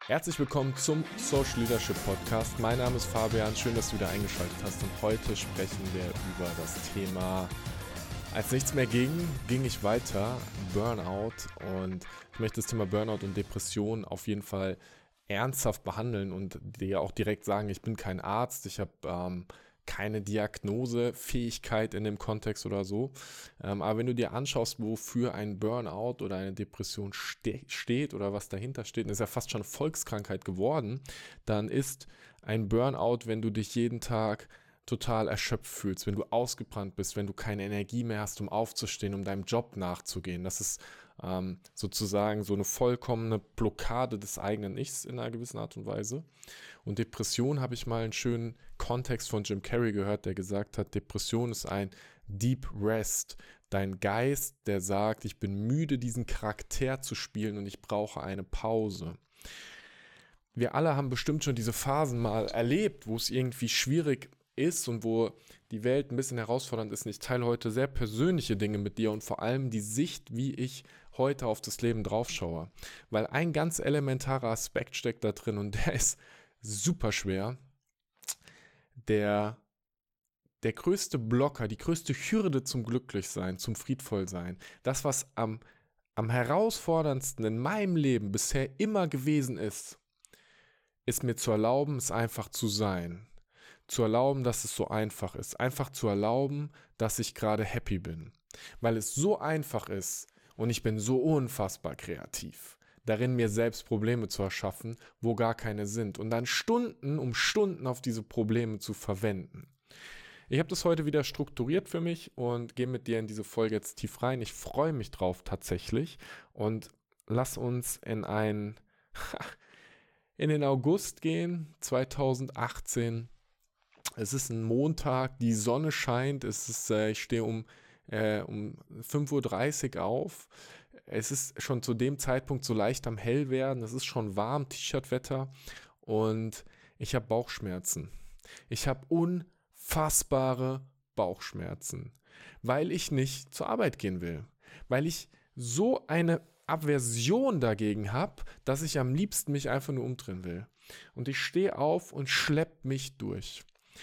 Herzlich willkommen zum Social Leadership Podcast. Mein Name ist Fabian, schön, dass du wieder eingeschaltet hast und heute sprechen wir über das Thema als nichts mehr ging ich weiter, Burnout, und ich möchte das Thema Burnout und Depression auf jeden Fall ernsthaft behandeln und dir auch direkt sagen, ich bin kein Arzt, ich habe keine Diagnosefähigkeit in dem Kontext oder so. Aber wenn du dir anschaust, wofür ein Burnout oder eine Depression steht oder was dahinter steht, und ist ja fast schon eine Volkskrankheit geworden, dann ist ein Burnout, wenn du dich jeden Tag total erschöpft fühlst, wenn du ausgebrannt bist, wenn du keine Energie mehr hast, um aufzustehen, um deinem Job nachzugehen. Das ist sozusagen so eine vollkommene Blockade des eigenen Ichs in einer gewissen Art und Weise. Und Depression habe ich mal einen schönen Kontext von Jim Carrey gehört, der gesagt hat, Depression ist ein Deep Rest. Dein Geist, der sagt, ich bin müde, diesen Charakter zu spielen und ich brauche eine Pause. Wir alle haben bestimmt schon diese Phasen mal erlebt, wo es irgendwie schwierig ist und wo die Welt ein bisschen herausfordernd ist. Und ich teile heute sehr persönliche Dinge mit dir und vor allem die Sicht, wie ich heute auf das Leben draufschaue. Weil ein ganz elementarer Aspekt steckt da drin und der ist super schwer. Der größte Blocker, die größte Hürde zum Glücklichsein, zum Friedvollsein, das, was am herausforderndsten in meinem Leben bisher immer gewesen ist mir zu erlauben, es einfach zu sein. Zu erlauben, dass es so einfach ist. Einfach zu erlauben, dass ich gerade happy bin. Weil es so einfach ist und ich bin so unfassbar kreativ, darin mir selbst Probleme zu erschaffen, wo gar keine sind. Und dann Stunden um Stunden auf diese Probleme zu verwenden. Ich habe das heute wieder strukturiert für mich und gehe mit dir in diese Folge jetzt tief rein. Ich freue mich drauf tatsächlich und lass uns in den August gehen, 2018. Es ist ein Montag, die Sonne scheint, ich stehe um 5:30 Uhr auf. Es ist schon zu dem Zeitpunkt so leicht am Hellwerden, es ist schon warm, T-Shirt-Wetter und ich habe Bauchschmerzen. Ich habe unfassbare Bauchschmerzen, weil ich nicht zur Arbeit gehen will, weil ich so eine Aversion dagegen habe, dass ich am liebsten mich einfach nur umdrehen will. Und ich stehe auf und schlepp mich durch.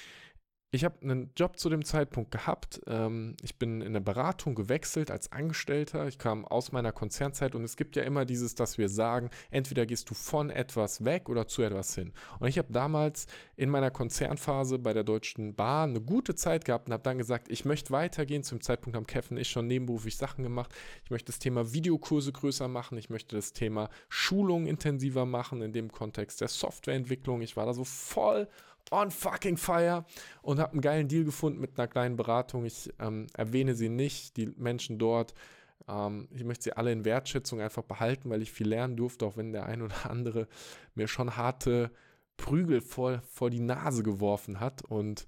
Ich habe einen Job zu dem Zeitpunkt gehabt. Ich bin in eine Beratung gewechselt als Angestellter. Ich kam aus meiner Konzernzeit und es gibt ja immer dieses, dass wir sagen, entweder gehst du von etwas weg oder zu etwas hin. Und ich habe damals in meiner Konzernphase bei der Deutschen Bahn eine gute Zeit gehabt und habe dann gesagt, ich möchte weitergehen. Zum Zeitpunkt haben Kevin und ich schon nebenberuflich Sachen gemacht. Ich möchte das Thema Videokurse größer machen. Ich möchte das Thema Schulung intensiver machen in dem Kontext der Softwareentwicklung. Ich war da so voll on fucking fire und habe einen geilen Deal gefunden mit einer kleinen Beratung. Ich erwähne sie nicht, die Menschen dort. Ich möchte sie alle in Wertschätzung einfach behalten, weil ich viel lernen durfte, auch wenn der ein oder andere mir schon harte Prügel vor die Nase geworfen hat. Und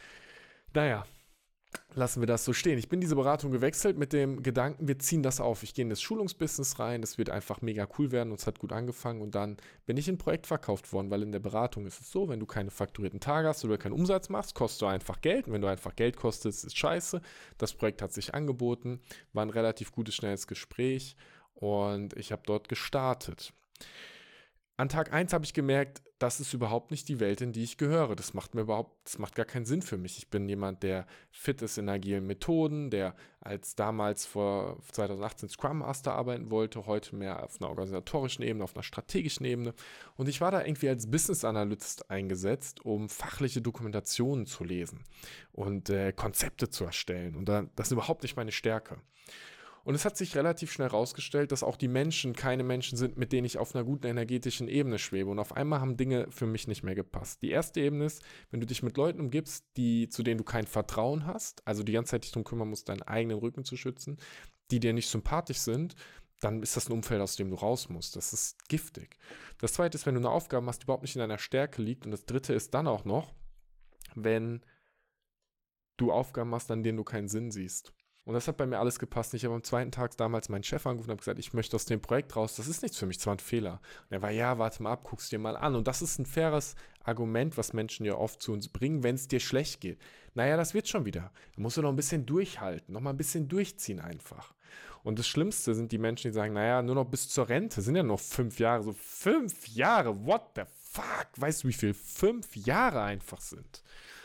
naja, lassen wir das so stehen. Ich bin diese Beratung gewechselt mit dem Gedanken, wir ziehen das auf. Ich gehe in das Schulungsbusiness rein, das wird einfach mega cool werden und es hat gut angefangen und dann bin ich in ein Projekt verkauft worden, weil in der Beratung ist es so, wenn du keine fakturierten Tage hast oder keinen Umsatz machst, kostet du einfach Geld und wenn du einfach Geld kostest, ist scheiße. Das Projekt hat sich angeboten, war ein relativ gutes, schnelles Gespräch und ich habe dort gestartet. An Tag 1 habe ich gemerkt, das ist überhaupt nicht die Welt, in die ich gehöre. Das macht gar keinen Sinn für mich. Ich bin jemand, der fit ist in agilen Methoden, der als damals vor 2018 Scrum Master arbeiten wollte, heute mehr auf einer organisatorischen Ebene, auf einer strategischen Ebene. Und ich war da irgendwie als Business Analyst eingesetzt, um fachliche Dokumentationen zu lesen und Konzepte zu erstellen. Und das ist überhaupt nicht meine Stärke. Und es hat sich relativ schnell herausgestellt, dass auch die Menschen keine Menschen sind, mit denen ich auf einer guten energetischen Ebene schwebe. Und auf einmal haben Dinge für mich nicht mehr gepasst. Die erste Ebene ist, wenn du dich mit Leuten umgibst, zu denen du kein Vertrauen hast, also die ganze Zeit dich darum kümmern musst, deinen eigenen Rücken zu schützen, die dir nicht sympathisch sind, dann ist das ein Umfeld, aus dem du raus musst. Das ist giftig. Das zweite ist, wenn du eine Aufgabe hast, die überhaupt nicht in deiner Stärke liegt. Und das dritte ist dann auch noch, wenn du Aufgaben hast, an denen du keinen Sinn siehst. Und das hat bei mir alles gepasst. Ich habe am zweiten Tag damals meinen Chef angerufen und habe gesagt, ich möchte aus dem Projekt raus, das ist nichts für mich, das war ein Fehler. Und er war, ja, warte mal ab, guck's dir mal an. Und das ist ein faires Argument, was Menschen ja oft zu uns bringen, wenn es dir schlecht geht. Naja, das wird schon wieder. Da musst du noch ein bisschen durchhalten, noch mal ein bisschen durchziehen einfach. Und das Schlimmste sind die Menschen, die sagen, naja, nur noch bis zur Rente, sind ja noch 5 Jahre. So 5 Jahre, what the fuck? Weißt du, wie viel 5 Jahre einfach sind?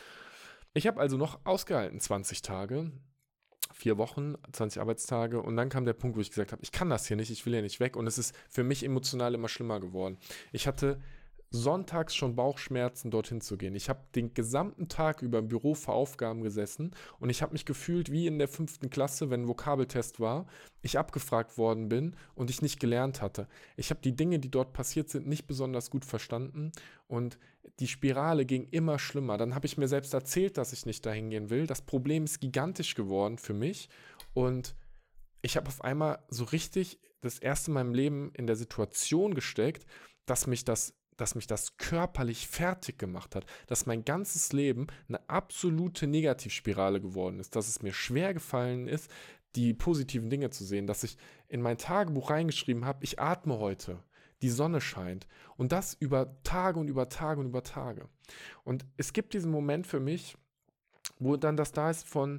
Ich habe also noch ausgehalten 20 Tage, 4 Wochen, 20 Arbeitstage und dann kam der Punkt, wo ich gesagt habe, ich kann das hier nicht, ich will hier nicht weg und es ist für mich emotional immer schlimmer geworden. Ich hatte sonntags schon Bauchschmerzen, dorthin zu gehen. Ich habe den gesamten Tag über im Büro vor Aufgaben gesessen und ich habe mich gefühlt wie in der 5. Klasse, wenn ein Vokabeltest war, ich abgefragt worden bin und ich nicht gelernt hatte. Ich habe die Dinge, die dort passiert sind, nicht besonders gut verstanden und die Spirale ging immer schlimmer. Dann habe ich mir selbst erzählt, dass ich nicht dahin gehen will. Das Problem ist gigantisch geworden für mich und ich habe auf einmal so richtig das erste Mal in meinem Leben in der Situation gesteckt, dass mich das körperlich fertig gemacht hat, dass mein ganzes Leben eine absolute Negativspirale geworden ist, dass es mir schwer gefallen ist, die positiven Dinge zu sehen, dass ich in mein Tagebuch reingeschrieben habe, ich atme heute, die Sonne scheint und das über Tage und über Tage und über Tage. Und es gibt diesen Moment für mich, wo dann das da ist von,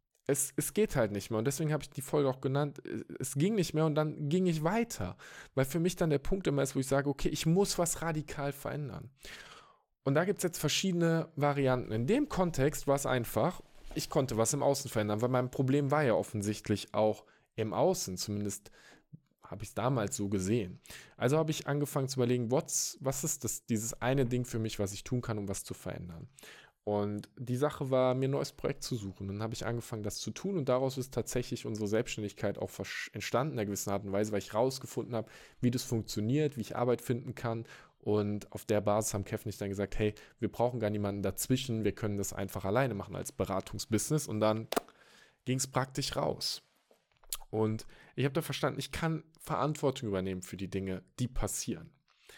es geht halt nicht mehr. Und deswegen habe ich die Folge auch genannt, es ging nicht mehr und dann ging ich weiter. Weil für mich dann der Punkt immer ist, wo ich sage, okay, ich muss was radikal verändern. Und da gibt es jetzt verschiedene Varianten. In dem Kontext war es einfach, ich konnte was im Außen verändern, weil mein Problem war ja offensichtlich auch im Außen, zumindest habe ich es damals so gesehen. Also habe ich angefangen zu überlegen, was ist das, dieses eine Ding für mich, was ich tun kann, um was zu verändern. Und die Sache war, mir ein neues Projekt zu suchen. Dann habe ich angefangen, das zu tun und daraus ist tatsächlich unsere Selbstständigkeit auch entstanden in einer gewissen Art und Weise, weil ich rausgefunden habe, wie das funktioniert, wie ich Arbeit finden kann. Und auf der Basis haben Kev und ich dann gesagt, hey, wir brauchen gar niemanden dazwischen, wir können das einfach alleine machen als Beratungsbusiness. Und dann ging es praktisch raus. Und ich habe da verstanden, ich kann Verantwortung übernehmen für die Dinge, die passieren.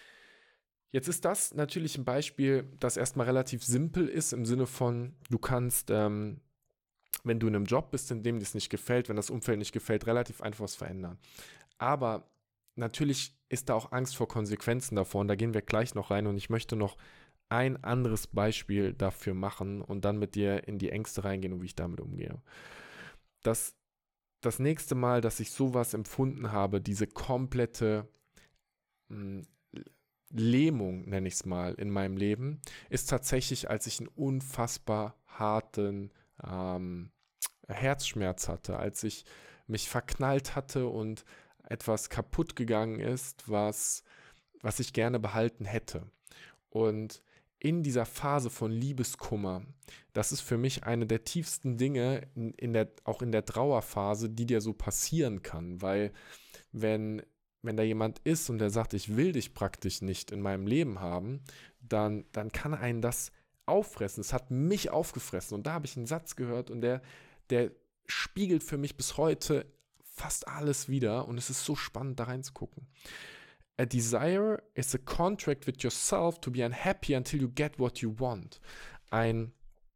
Jetzt ist das natürlich ein Beispiel, das erstmal relativ simpel ist, im Sinne von, du kannst, wenn du in einem Job bist, in dem dir es nicht gefällt, wenn das Umfeld nicht gefällt, relativ einfach was verändern. Aber natürlich ist da auch Angst vor Konsequenzen davor und da gehen wir gleich noch rein und ich möchte noch ein anderes Beispiel dafür machen und dann mit dir in die Ängste reingehen und wie ich damit umgehe. Das nächste Mal, dass ich sowas empfunden habe, diese komplette Lähmung, nenne ich es mal, in meinem Leben, ist tatsächlich, als ich einen unfassbar harten Herzschmerz hatte, als ich mich verknallt hatte und etwas kaputt gegangen ist, was ich gerne behalten hätte. Und in dieser Phase von Liebeskummer, das ist für mich eine der tiefsten Dinge, auch in der Trauerphase, die dir so passieren kann, weil wenn da jemand ist und der sagt, ich will dich praktisch nicht in meinem Leben haben, dann kann einen das auffressen. Es hat mich aufgefressen. Und da habe ich einen Satz gehört und der spiegelt für mich bis heute fast alles wieder. Und es ist so spannend, da reinzugucken. A desire is a contract with yourself to be unhappy until you get what you want. Ein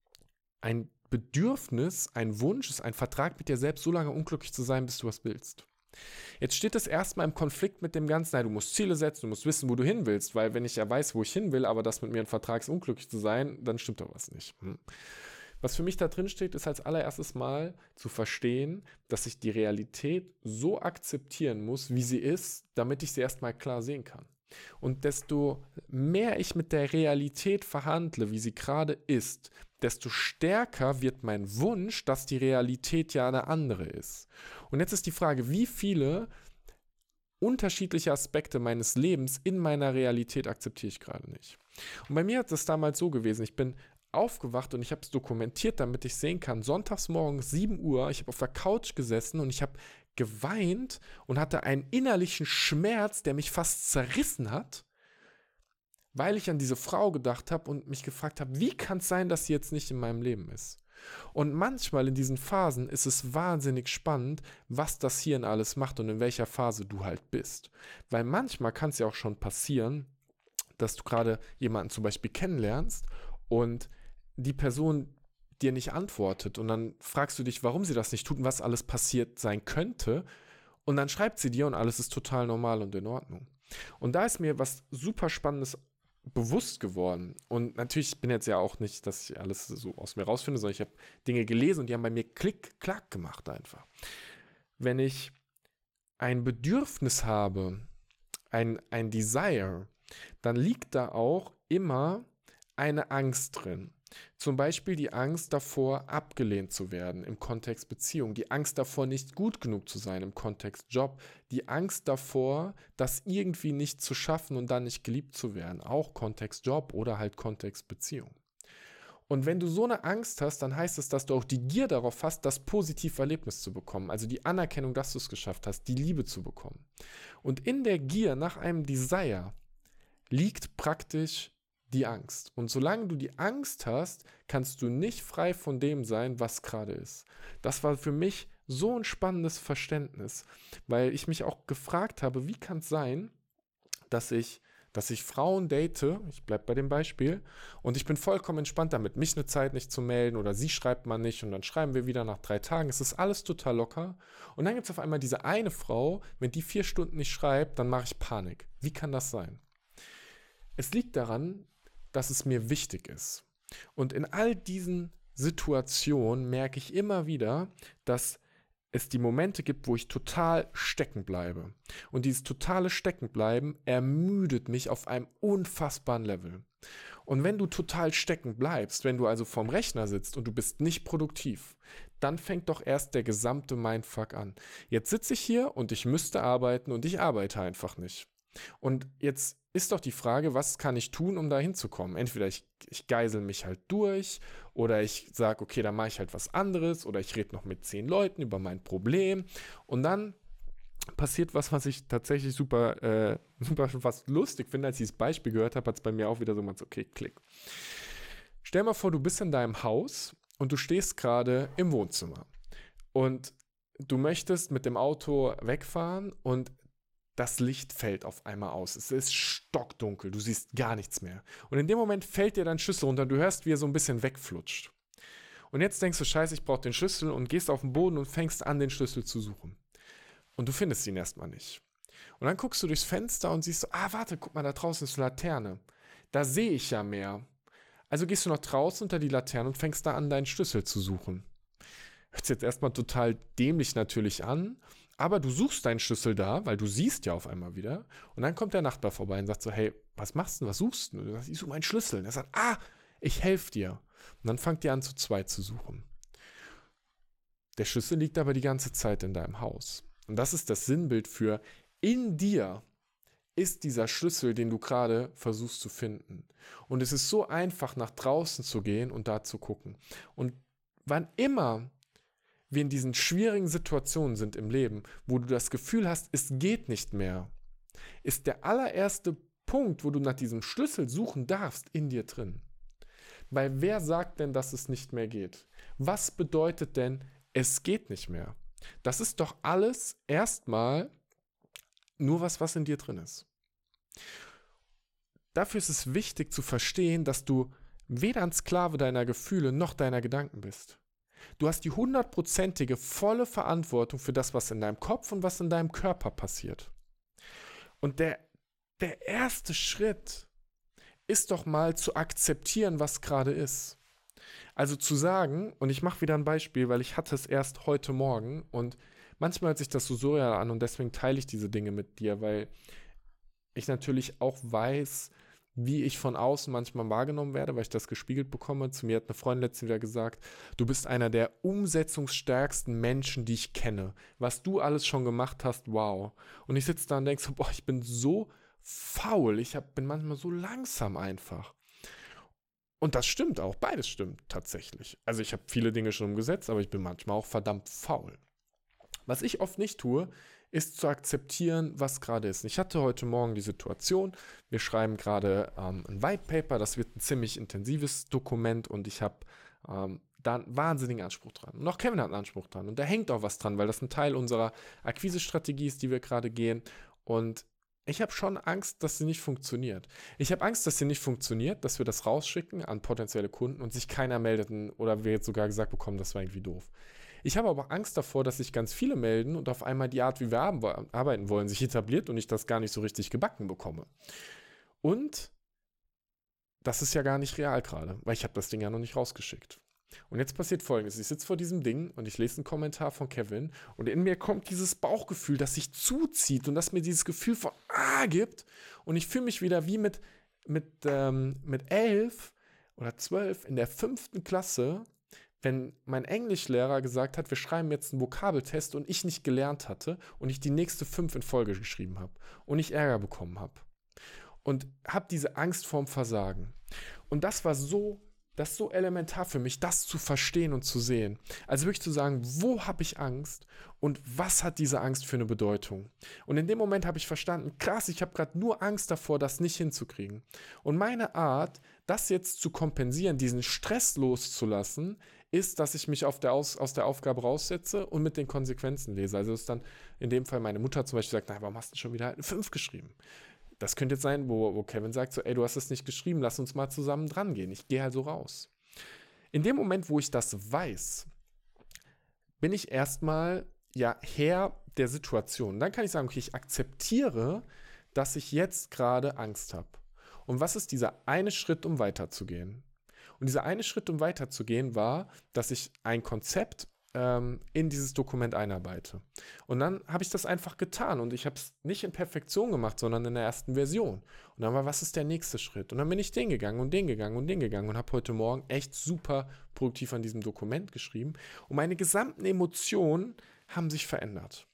Bedürfnis, ein Wunsch ist ein Vertrag mit dir selbst, so lange unglücklich zu sein, bis du was willst. Jetzt steht es erstmal im Konflikt mit dem Ganzen, du musst Ziele setzen, du musst wissen, wo du hin willst, weil wenn ich ja weiß, wo ich hin will, aber das mit mir ein Vertrag ist, unglücklich zu sein, dann stimmt doch was nicht. Was für mich da drin steht, ist als allererstes Mal zu verstehen, dass ich die Realität so akzeptieren muss, wie sie ist, damit ich sie erstmal klar sehen kann. Und desto mehr ich mit der Realität verhandle, wie sie gerade ist, desto stärker wird mein Wunsch, dass die Realität ja eine andere ist. Und jetzt ist die Frage, wie viele unterschiedliche Aspekte meines Lebens in meiner Realität akzeptiere ich gerade nicht. Und bei mir hat es damals so gewesen, ich bin aufgewacht und ich habe es dokumentiert, damit ich sehen kann, sonntags morgens 7 Uhr, ich habe auf der Couch gesessen und ich habe geweint und hatte einen innerlichen Schmerz, der mich fast zerrissen hat, weil ich an diese Frau gedacht habe und mich gefragt habe, wie kann es sein, dass sie jetzt nicht in meinem Leben ist? Und manchmal in diesen Phasen ist es wahnsinnig spannend, was das Hirn alles macht und in welcher Phase du halt bist. Weil manchmal kann es ja auch schon passieren, dass du gerade jemanden zum Beispiel kennenlernst und die Person dir nicht antwortet und dann fragst du dich, warum sie das nicht tut und was alles passiert sein könnte und dann schreibt sie dir und alles ist total normal und in Ordnung. Und da ist mir was super Spannendes bewusst geworden und natürlich, ich bin jetzt ja auch nicht, dass ich alles so aus mir rausfinde, sondern ich habe Dinge gelesen und die haben bei mir Klick, Klack gemacht einfach. Wenn ich ein Bedürfnis habe, ein Desire, dann liegt da auch immer eine Angst drin. Zum Beispiel die Angst davor, abgelehnt zu werden im Kontext Beziehung, die Angst davor, nicht gut genug zu sein im Kontext Job, die Angst davor, das irgendwie nicht zu schaffen und dann nicht geliebt zu werden, auch Kontext Job oder halt Kontext Beziehung. Und wenn du so eine Angst hast, dann heißt es, dass du auch die Gier darauf hast, das positive Erlebnis zu bekommen, also die Anerkennung, dass du es geschafft hast, die Liebe zu bekommen. Und in der Gier nach einem Desire liegt praktisch die Angst. Und solange du die Angst hast, kannst du nicht frei von dem sein, was gerade ist. Das war für mich so ein spannendes Verständnis, weil ich mich auch gefragt habe, wie kann es sein, dass ich Frauen date, ich bleibe bei dem Beispiel, und ich bin vollkommen entspannt damit, mich eine Zeit nicht zu melden oder sie schreibt mal nicht und dann schreiben wir wieder nach 3 Tagen. Es ist alles total locker. Und dann gibt es auf einmal diese eine Frau, wenn die 4 Stunden nicht schreibt, dann mache ich Panik. Wie kann das sein? Es liegt daran, dass es mir wichtig ist. Und in all diesen Situationen merke ich immer wieder, dass es die Momente gibt, wo ich total stecken bleibe. Und dieses totale Steckenbleiben ermüdet mich auf einem unfassbaren Level. Und wenn du total stecken bleibst, wenn du also vorm Rechner sitzt und du bist nicht produktiv, dann fängt doch erst der gesamte Mindfuck an. Jetzt sitze ich hier und ich müsste arbeiten und ich arbeite einfach nicht. Und jetzt ist doch die Frage, was kann ich tun, um da hinzukommen? Entweder ich geisel mich halt durch oder ich sage, okay, dann mache ich halt was anderes oder ich rede noch mit 10 Leuten über mein Problem und dann passiert was ich tatsächlich super fast lustig finde. Als ich das Beispiel gehört habe, hat es bei mir auch wieder so mal so, okay, klick. Stell mal vor, du bist in deinem Haus und du stehst gerade im Wohnzimmer und du möchtest mit dem Auto wegfahren und das Licht fällt auf einmal aus. Es ist stockdunkel, du siehst gar nichts mehr. Und in dem Moment fällt dir dein Schlüssel runter, du hörst, wie er so ein bisschen wegflutscht. Und jetzt denkst du, scheiße, ich brauche den Schlüssel und gehst auf den Boden und fängst an, den Schlüssel zu suchen. Und du findest ihn erstmal nicht. Und dann guckst du durchs Fenster und siehst so, warte, guck mal, da draußen ist eine Laterne. Da sehe ich ja mehr. Also gehst du nach draußen unter die Laterne und fängst da an, deinen Schlüssel zu suchen. Hört sich jetzt erstmal total dämlich natürlich an, aber du suchst deinen Schlüssel da, weil du siehst ja auf einmal wieder. Und dann kommt der Nachbar vorbei und sagt so, hey, was machst du denn, was suchst du? Und du sagst, ich suche meinen Schlüssel. Und er sagt, ich helfe dir. Und dann fangt ihr an, zu zweit zu suchen. Der Schlüssel liegt aber die ganze Zeit in deinem Haus. Und das ist das Sinnbild für, in dir ist dieser Schlüssel, den du gerade versuchst zu finden. Und es ist so einfach, nach draußen zu gehen und da zu gucken. Und wann immer wir in diesen schwierigen Situationen sind im Leben, wo du das Gefühl hast, es geht nicht mehr, ist der allererste Punkt, wo du nach diesem Schlüssel suchen darfst, in dir drin. Weil wer sagt denn, dass es nicht mehr geht? Was bedeutet denn, es geht nicht mehr? Das ist doch alles erstmal nur was in dir drin ist. Dafür ist es wichtig zu verstehen, dass du weder ein Sklave deiner Gefühle noch deiner Gedanken bist. Du hast die 100%ige, volle Verantwortung für das, was in deinem Kopf und was in deinem Körper passiert. Und der erste Schritt ist doch mal zu akzeptieren, was gerade ist. Also zu sagen, und ich mache wieder ein Beispiel, weil ich hatte es erst heute Morgen und manchmal hört sich das so surreal an und deswegen teile ich diese Dinge mit dir, weil ich natürlich auch weiß, wie ich von außen manchmal wahrgenommen werde, weil ich das gespiegelt bekomme. Zu mir hat eine Freundin letztens wieder gesagt, du bist einer der umsetzungsstärksten Menschen, die ich kenne. Was du alles schon gemacht hast, wow. Und ich sitze da und denke so, boah, ich bin so faul, bin manchmal so langsam einfach. Und das stimmt auch, beides stimmt tatsächlich. Also ich habe viele Dinge schon umgesetzt, aber ich bin manchmal auch verdammt faul. Was ich oft nicht tue, ist zu akzeptieren, was gerade ist. Ich hatte heute Morgen die Situation, wir schreiben gerade ein White Paper, das wird ein ziemlich intensives Dokument und ich habe da einen wahnsinnigen Anspruch dran. Und auch Kevin hat einen Anspruch dran und da hängt auch was dran, weil das ein Teil unserer Akquise-Strategie ist, die wir gerade gehen und ich habe schon Angst, dass sie nicht funktioniert. Ich habe Angst, dass sie nicht funktioniert, dass wir das rausschicken an potenzielle Kunden und sich keiner meldet oder wir jetzt sogar gesagt bekommen, das war irgendwie doof. Ich habe aber Angst davor, dass sich ganz viele melden und auf einmal die Art, wie wir arbeiten wollen, sich etabliert und ich das gar nicht so richtig gebacken bekomme. Und das ist ja gar nicht real gerade, weil ich habe das Ding ja noch nicht rausgeschickt. Und jetzt passiert Folgendes. Ich sitze vor diesem Ding und ich lese einen Kommentar von Kevin und in mir kommt dieses Bauchgefühl, das sich zuzieht und das mir dieses Gefühl von gibt. Und ich fühle mich wieder wie mit 11 oder 12 in der 5. Klasse, wenn mein Englischlehrer gesagt hat, wir schreiben jetzt einen Vokabeltest und ich nicht gelernt hatte und ich die nächste 5 in Folge geschrieben habe und ich Ärger bekommen habe. Und habe diese Angst vorm Versagen. Und das ist so elementar für mich, das zu verstehen und zu sehen. Also wirklich zu sagen, wo habe ich Angst und was hat diese Angst für eine Bedeutung? Und in dem Moment habe ich verstanden, krass, ich habe gerade nur Angst davor, das nicht hinzukriegen. Und meine Art, das jetzt zu kompensieren, diesen Stress loszulassen, ist, dass ich mich aus der Aufgabe raussetze und mit den Konsequenzen lese. Also ist dann in dem Fall meine Mutter zum Beispiel sagt, warum hast du schon wieder eine 5 geschrieben? Das könnte jetzt sein, wo Kevin sagt so, ey, du hast es nicht geschrieben, lass uns mal zusammen dran gehen. Ich gehe also raus. In dem Moment, wo ich das weiß, bin ich erstmal Herr der Situation. Dann kann ich sagen, okay, ich akzeptiere, dass ich jetzt gerade Angst habe. Und was ist dieser eine Schritt, um weiterzugehen? Und dieser eine Schritt, um weiterzugehen, war, dass ich ein Konzept in dieses Dokument einarbeite. Und dann habe ich das einfach getan und ich habe es nicht in Perfektion gemacht, sondern in der ersten Version. Und dann war, was ist der nächste Schritt? Und dann bin ich den gegangen und den gegangen und den gegangen und habe heute Morgen echt super produktiv an diesem Dokument geschrieben und meine gesamten Emotionen haben sich verändert.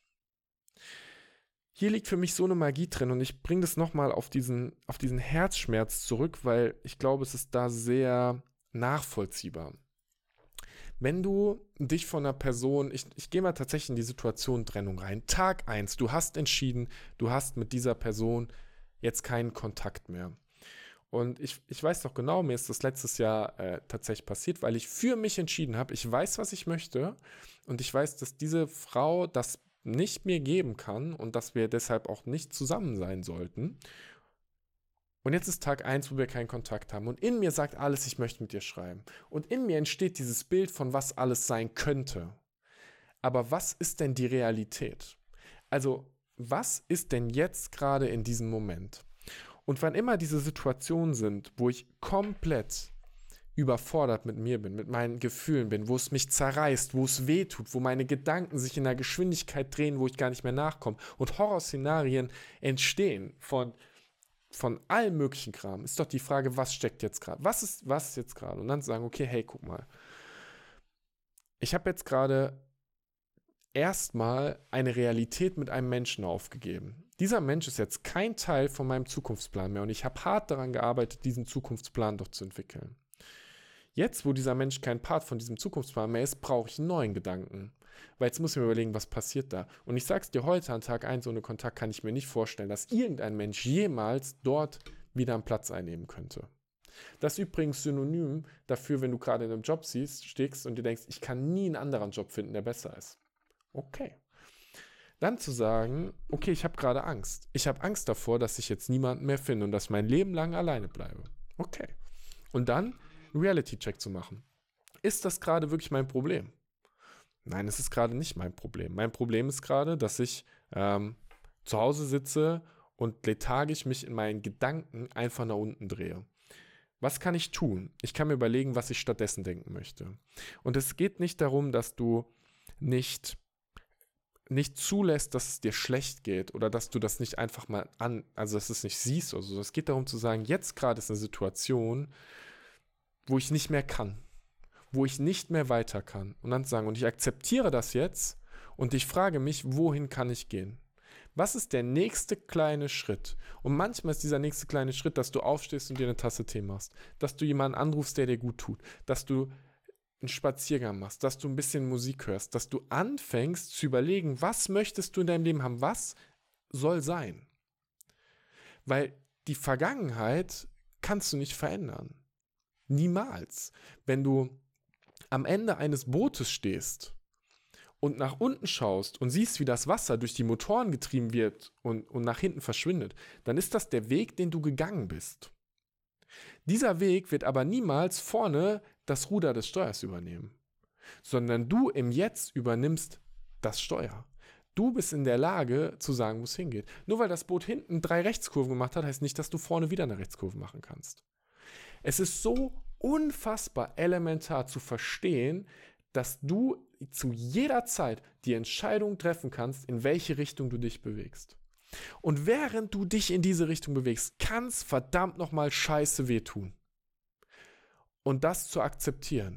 Hier liegt für mich so eine Magie drin und ich bringe das nochmal auf diesen Herzschmerz zurück, weil ich glaube, es ist da sehr nachvollziehbar. Wenn du dich von einer Person, ich gehe mal tatsächlich in die Situation Trennung rein, Tag 1, du hast entschieden, du hast mit dieser Person jetzt keinen Kontakt mehr. Und ich weiß doch genau, mir ist das letztes Jahr tatsächlich passiert, weil ich für mich entschieden habe, ich weiß, was ich möchte und ich weiß, dass diese Frau das nicht mir geben kann und dass wir deshalb auch nicht zusammen sein sollten. Und jetzt ist Tag 1, wo wir keinen Kontakt haben. Und in mir sagt alles, ich möchte mit dir schreiben. Und in mir entsteht dieses Bild von was alles sein könnte. Aber was ist denn die Realität? Also, was ist denn jetzt gerade in diesem Moment? Und wann immer diese Situationen sind, wo ich komplett überfordert mit mir bin, mit meinen Gefühlen bin, wo es mich zerreißt, wo es weh tut, wo meine Gedanken sich in einer Geschwindigkeit drehen, wo ich gar nicht mehr nachkomme und Horrorszenarien entstehen von allem möglichen Kram, ist doch die Frage, was steckt jetzt gerade? Was ist jetzt gerade? Und dann sagen, okay, hey, guck mal. Ich habe jetzt gerade erstmal eine Realität mit einem Menschen aufgegeben. Dieser Mensch ist jetzt kein Teil von meinem Zukunftsplan mehr und ich habe hart daran gearbeitet, diesen Zukunftsplan doch zu entwickeln. Jetzt, wo dieser Mensch kein Part von diesem Zukunftsplan mehr ist, brauche ich einen neuen Gedanken. Weil jetzt muss ich mir überlegen, was passiert da. Und ich sag's dir heute, an Tag 1 ohne Kontakt kann ich mir nicht vorstellen, dass irgendein Mensch jemals dort wieder einen Platz einnehmen könnte. Das ist übrigens synonym dafür, wenn du gerade in einem Job steckst und dir denkst, ich kann nie einen anderen Job finden, der besser ist. Okay. Dann zu sagen, okay, ich habe gerade Angst. Ich habe Angst davor, dass ich jetzt niemanden mehr finde und dass mein Leben lang alleine bleibe. Okay. Und dann Reality-Check zu machen. Ist das gerade wirklich mein Problem? Nein, es ist gerade nicht mein Problem. Mein Problem ist gerade, dass ich zu Hause sitze und lethargisch mich in meinen Gedanken einfach nach unten drehe. Was kann ich tun? Ich kann mir überlegen, was ich stattdessen denken möchte. Und es geht nicht darum, dass du nicht zulässt, dass es dir schlecht geht oder dass du das nicht einfach mal also dass du es nicht siehst oder so. Es geht darum zu sagen, jetzt gerade ist eine Situation, wo ich nicht mehr kann, wo ich nicht mehr weiter kann. Und dann zu sagen, und ich akzeptiere das jetzt und ich frage mich, wohin kann ich gehen? Was ist der nächste kleine Schritt? Und manchmal ist dieser nächste kleine Schritt, dass du aufstehst und dir eine Tasse Tee machst, dass du jemanden anrufst, der dir gut tut, dass du einen Spaziergang machst, dass du ein bisschen Musik hörst, dass du anfängst zu überlegen, was möchtest du in deinem Leben haben, was soll sein? Weil die Vergangenheit kannst du nicht verändern. Niemals. Wenn du am Ende eines Bootes stehst und nach unten schaust und siehst, wie das Wasser durch die Motoren getrieben wird und nach hinten verschwindet, dann ist das der Weg, den du gegangen bist. Dieser Weg wird aber niemals vorne das Ruder des Steuers übernehmen, sondern du im Jetzt übernimmst das Steuer. Du bist in der Lage zu sagen, wo es hingeht. Nur weil das Boot hinten 3 Rechtskurven gemacht hat, heißt nicht, dass du vorne wieder eine Rechtskurve machen kannst. Es ist so unfassbar elementar zu verstehen, dass du zu jeder Zeit die Entscheidung treffen kannst, in welche Richtung du dich bewegst. Und während du dich in diese Richtung bewegst, kann es verdammt nochmal scheiße wehtun. Und das zu akzeptieren.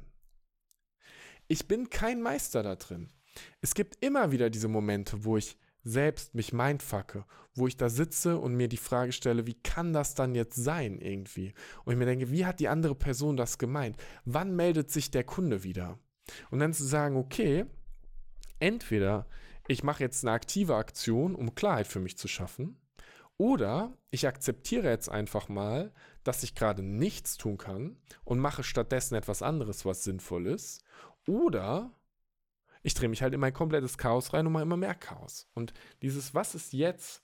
Ich bin kein Meister da drin. Es gibt immer wieder diese Momente, wo ich selbst mich mindfucke, wo ich da sitze und mir die Frage stelle, wie kann das dann jetzt sein irgendwie? Und ich mir denke, wie hat die andere Person das gemeint? Wann meldet sich der Kunde wieder? Und dann zu sagen, okay, entweder ich mache jetzt eine aktive Aktion, um Klarheit für mich zu schaffen, oder ich akzeptiere jetzt einfach mal, dass ich gerade nichts tun kann und mache stattdessen etwas anderes, was sinnvoll ist, oder ich drehe mich halt in mein komplettes Chaos rein und mache immer mehr Chaos. Und dieses, was ist jetzt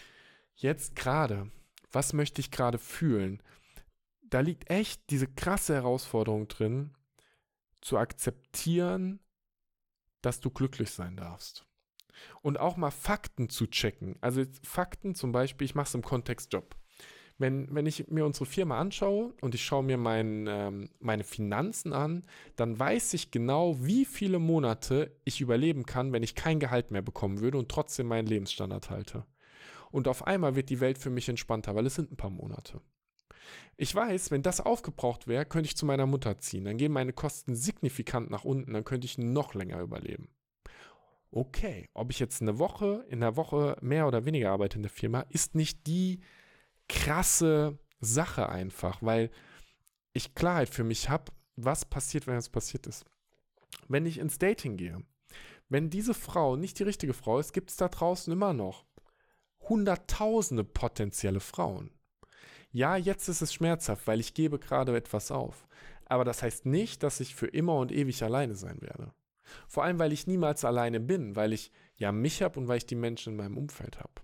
gerade, was möchte ich gerade fühlen, da liegt echt diese krasse Herausforderung drin, zu akzeptieren, dass du glücklich sein darfst. Und auch mal Fakten zu checken. Also Fakten zum Beispiel, ich mache es im Kontext Job. Wenn ich mir unsere Firma anschaue und ich schaue mir meine Finanzen an, dann weiß ich genau, wie viele Monate ich überleben kann, wenn ich kein Gehalt mehr bekommen würde und trotzdem meinen Lebensstandard halte. Und auf einmal wird die Welt für mich entspannter, weil es sind ein paar Monate. Ich weiß, wenn das aufgebraucht wäre, könnte ich zu meiner Mutter ziehen. Dann gehen meine Kosten signifikant nach unten, dann könnte ich noch länger überleben. Okay, ob ich jetzt in der Woche mehr oder weniger arbeite in der Firma, ist nicht die krasse Sache einfach, weil ich Klarheit für mich habe, was passiert, wenn es passiert ist. Wenn ich ins Dating gehe, wenn diese Frau nicht die richtige Frau ist, gibt es da draußen immer noch hunderttausende potenzielle Frauen. Ja, jetzt ist es schmerzhaft, weil ich gebe gerade etwas auf. Aber das heißt nicht, dass ich für immer und ewig alleine sein werde. Vor allem, weil ich niemals alleine bin, weil ich ja mich habe und weil ich die Menschen in meinem Umfeld habe.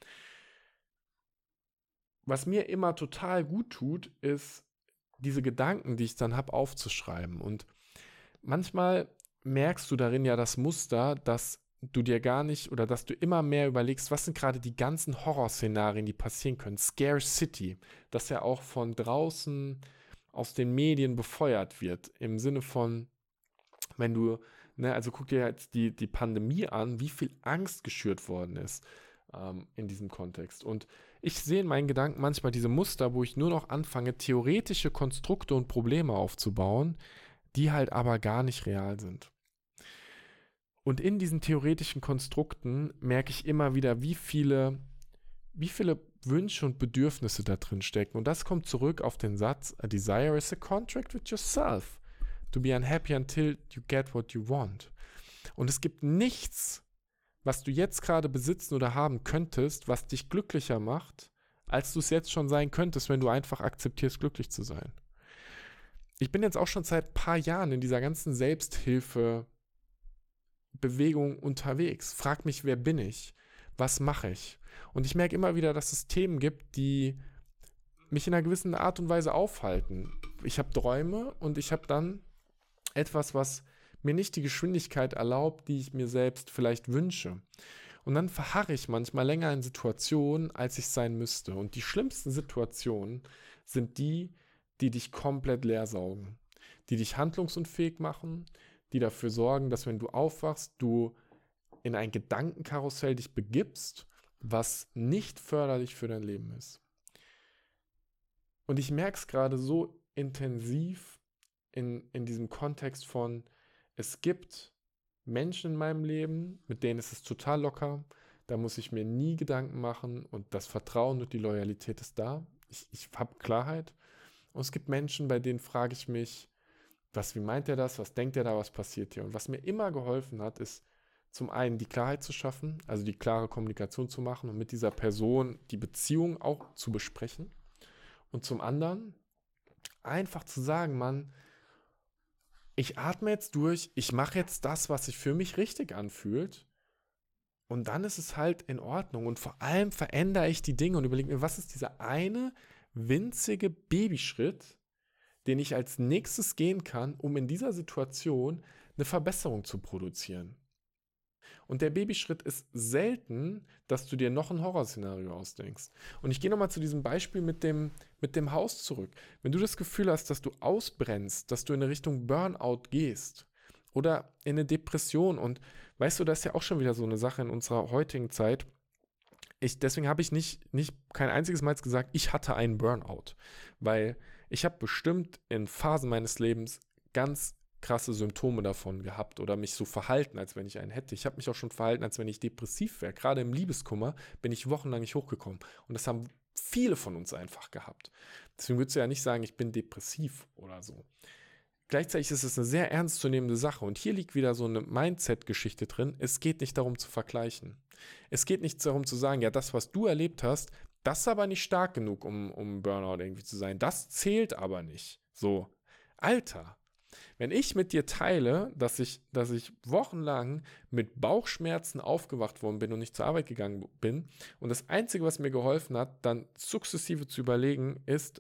Was mir immer total gut tut, ist, diese Gedanken, die ich dann habe, aufzuschreiben. Und manchmal merkst du darin ja das Muster, dass du dir gar nicht oder dass du immer mehr überlegst, was sind gerade die ganzen Horrorszenarien, die passieren können. Scare City, das ja auch von draußen aus den Medien befeuert wird. Im Sinne von, wenn du, also guck dir jetzt die Pandemie an, wie viel Angst geschürt worden ist in diesem Kontext. Und ich sehe in meinen Gedanken manchmal diese Muster, wo ich nur noch anfange, theoretische Konstrukte und Probleme aufzubauen, die halt aber gar nicht real sind. Und in diesen theoretischen Konstrukten merke ich immer wieder, wie viele Wünsche und Bedürfnisse da drin stecken. Und das kommt zurück auf den Satz, a desire is a contract with yourself. To be unhappy until you get what you want. Und es gibt nichts, was du jetzt gerade besitzen oder haben könntest, was dich glücklicher macht, als du es jetzt schon sein könntest, wenn du einfach akzeptierst, glücklich zu sein. Ich bin jetzt auch schon seit ein paar Jahren in dieser ganzen Selbsthilfe-Bewegung unterwegs. Frag mich, wer bin ich? Was mache ich? Und ich merke immer wieder, dass es Themen gibt, die mich in einer gewissen Art und Weise aufhalten. Ich habe Träume und ich habe dann etwas, was mir nicht die Geschwindigkeit erlaubt, die ich mir selbst vielleicht wünsche. Und dann verharre ich manchmal länger in Situationen, als ich sein müsste. Und die schlimmsten Situationen sind die, die dich komplett leer saugen, die dich handlungsunfähig machen, die dafür sorgen, dass wenn du aufwachst, du in ein Gedankenkarussell dich begibst, was nicht förderlich für dein Leben ist. Und ich merke es gerade so intensiv in diesem Kontext von, es gibt Menschen in meinem Leben, mit denen ist es total locker, da muss ich mir nie Gedanken machen und das Vertrauen und die Loyalität ist da. Ich habe Klarheit. Und es gibt Menschen, bei denen frage ich mich, wie meint er das, was denkt er da, was passiert hier? Und was mir immer geholfen hat, ist zum einen die Klarheit zu schaffen, also die klare Kommunikation zu machen und mit dieser Person die Beziehung auch zu besprechen. Und zum anderen einfach zu sagen, Mann, ich atme jetzt durch, ich mache jetzt das, was sich für mich richtig anfühlt und dann ist es halt in Ordnung und vor allem verändere ich die Dinge und überlege mir, was ist dieser eine winzige Babyschritt, den ich als nächstes gehen kann, um in dieser Situation eine Verbesserung zu produzieren. Und der Babyschritt ist selten, dass du dir noch ein Horrorszenario ausdenkst. Und ich gehe nochmal zu diesem Beispiel mit dem Haus zurück. Wenn du das Gefühl hast, dass du ausbrennst, dass du in eine Richtung Burnout gehst oder in eine Depression, und weißt du, das ist ja auch schon wieder so eine Sache in unserer heutigen Zeit. Deswegen habe ich nicht kein einziges Mal gesagt, ich hatte einen Burnout, weil ich habe bestimmt in Phasen meines Lebens ganz krasse Symptome davon gehabt oder mich so verhalten, als wenn ich einen hätte. Ich habe mich auch schon verhalten, als wenn ich depressiv wäre. Gerade im Liebeskummer bin ich wochenlang nicht hochgekommen. Und das haben viele von uns einfach gehabt. Deswegen würdest du ja nicht sagen, ich bin depressiv oder so. Gleichzeitig ist es eine sehr ernstzunehmende Sache. Und hier liegt wieder so eine Mindset-Geschichte drin. Es geht nicht darum zu vergleichen. Es geht nicht darum zu sagen, ja, das, was du erlebt hast, das ist aber nicht stark genug, um Burnout irgendwie zu sein. Das zählt aber nicht. So, Alter, wenn ich mit dir teile, dass ich wochenlang mit Bauchschmerzen aufgewacht worden bin und nicht zur Arbeit gegangen bin und das Einzige, was mir geholfen hat, dann sukzessive zu überlegen, ist,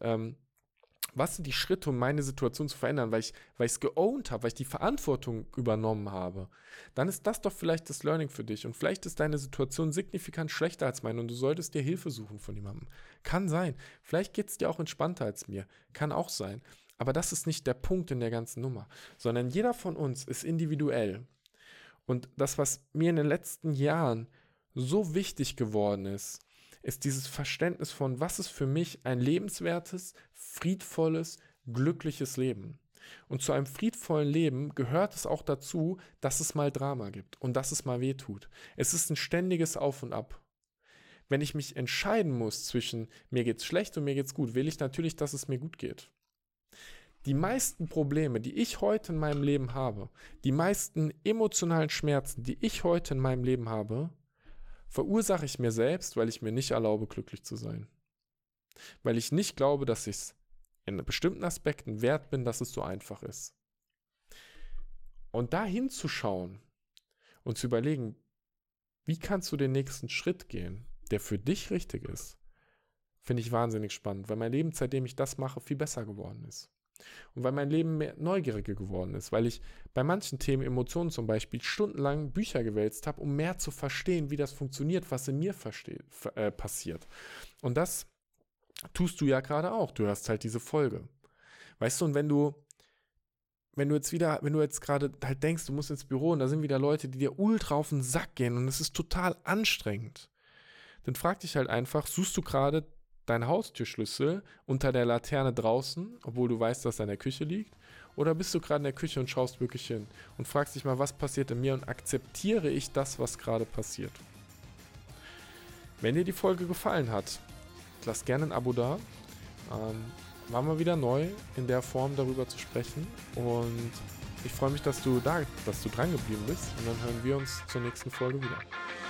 was sind die Schritte, um meine Situation zu verändern, weil ich es geowned habe, weil ich die Verantwortung übernommen habe, dann ist das doch vielleicht das Learning für dich. Und vielleicht ist deine Situation signifikant schlechter als meine und du solltest dir Hilfe suchen von jemandem. Kann sein. Vielleicht geht es dir auch entspannter als mir. Kann auch sein. Aber das ist nicht der Punkt in der ganzen Nummer, sondern jeder von uns ist individuell. Und das, was mir in den letzten Jahren so wichtig geworden ist dieses Verständnis von, was ist für mich ein lebenswertes, friedvolles, glückliches Leben. Und zu einem friedvollen Leben gehört es auch dazu, dass es mal Drama gibt und dass es mal weh tut. Es ist ein ständiges Auf und Ab. Wenn ich mich entscheiden muss zwischen mir geht's schlecht und mir geht's gut, will ich natürlich, dass es mir gut geht. Die meisten Probleme, die ich heute in meinem Leben habe, die meisten emotionalen Schmerzen, die ich heute in meinem Leben habe, verursache ich mir selbst, weil ich mir nicht erlaube, glücklich zu sein. Weil ich nicht glaube, dass ich es in bestimmten Aspekten wert bin, dass es so einfach ist. Und da hinzuschauen und zu überlegen, wie kannst du den nächsten Schritt gehen, der für dich richtig ist, finde ich wahnsinnig spannend, weil mein Leben, seitdem ich das mache, viel besser geworden ist. Und weil mein Leben mehr neugieriger geworden ist, weil ich bei manchen Themen, Emotionen zum Beispiel, stundenlang Bücher gewälzt habe, um mehr zu verstehen, wie das funktioniert, was in mir passiert. Und das tust du ja gerade auch. Du hörst halt diese Folge. Weißt du, und wenn du jetzt gerade halt denkst, du musst ins Büro und da sind wieder Leute, die dir ultra auf den Sack gehen und es ist total anstrengend, dann frag dich halt einfach, suchst du gerade deinen Haustürschlüssel unter der Laterne draußen, obwohl du weißt, dass er in der Küche liegt? Oder bist du gerade in der Küche und schaust wirklich hin und fragst dich mal, was passiert in mir und akzeptiere ich das, was gerade passiert? Wenn dir die Folge gefallen hat, lass gerne ein Abo da. War mal wieder neu, in der Form darüber zu sprechen. Und ich freue mich, dass du dran geblieben bist. Und dann hören wir uns zur nächsten Folge wieder.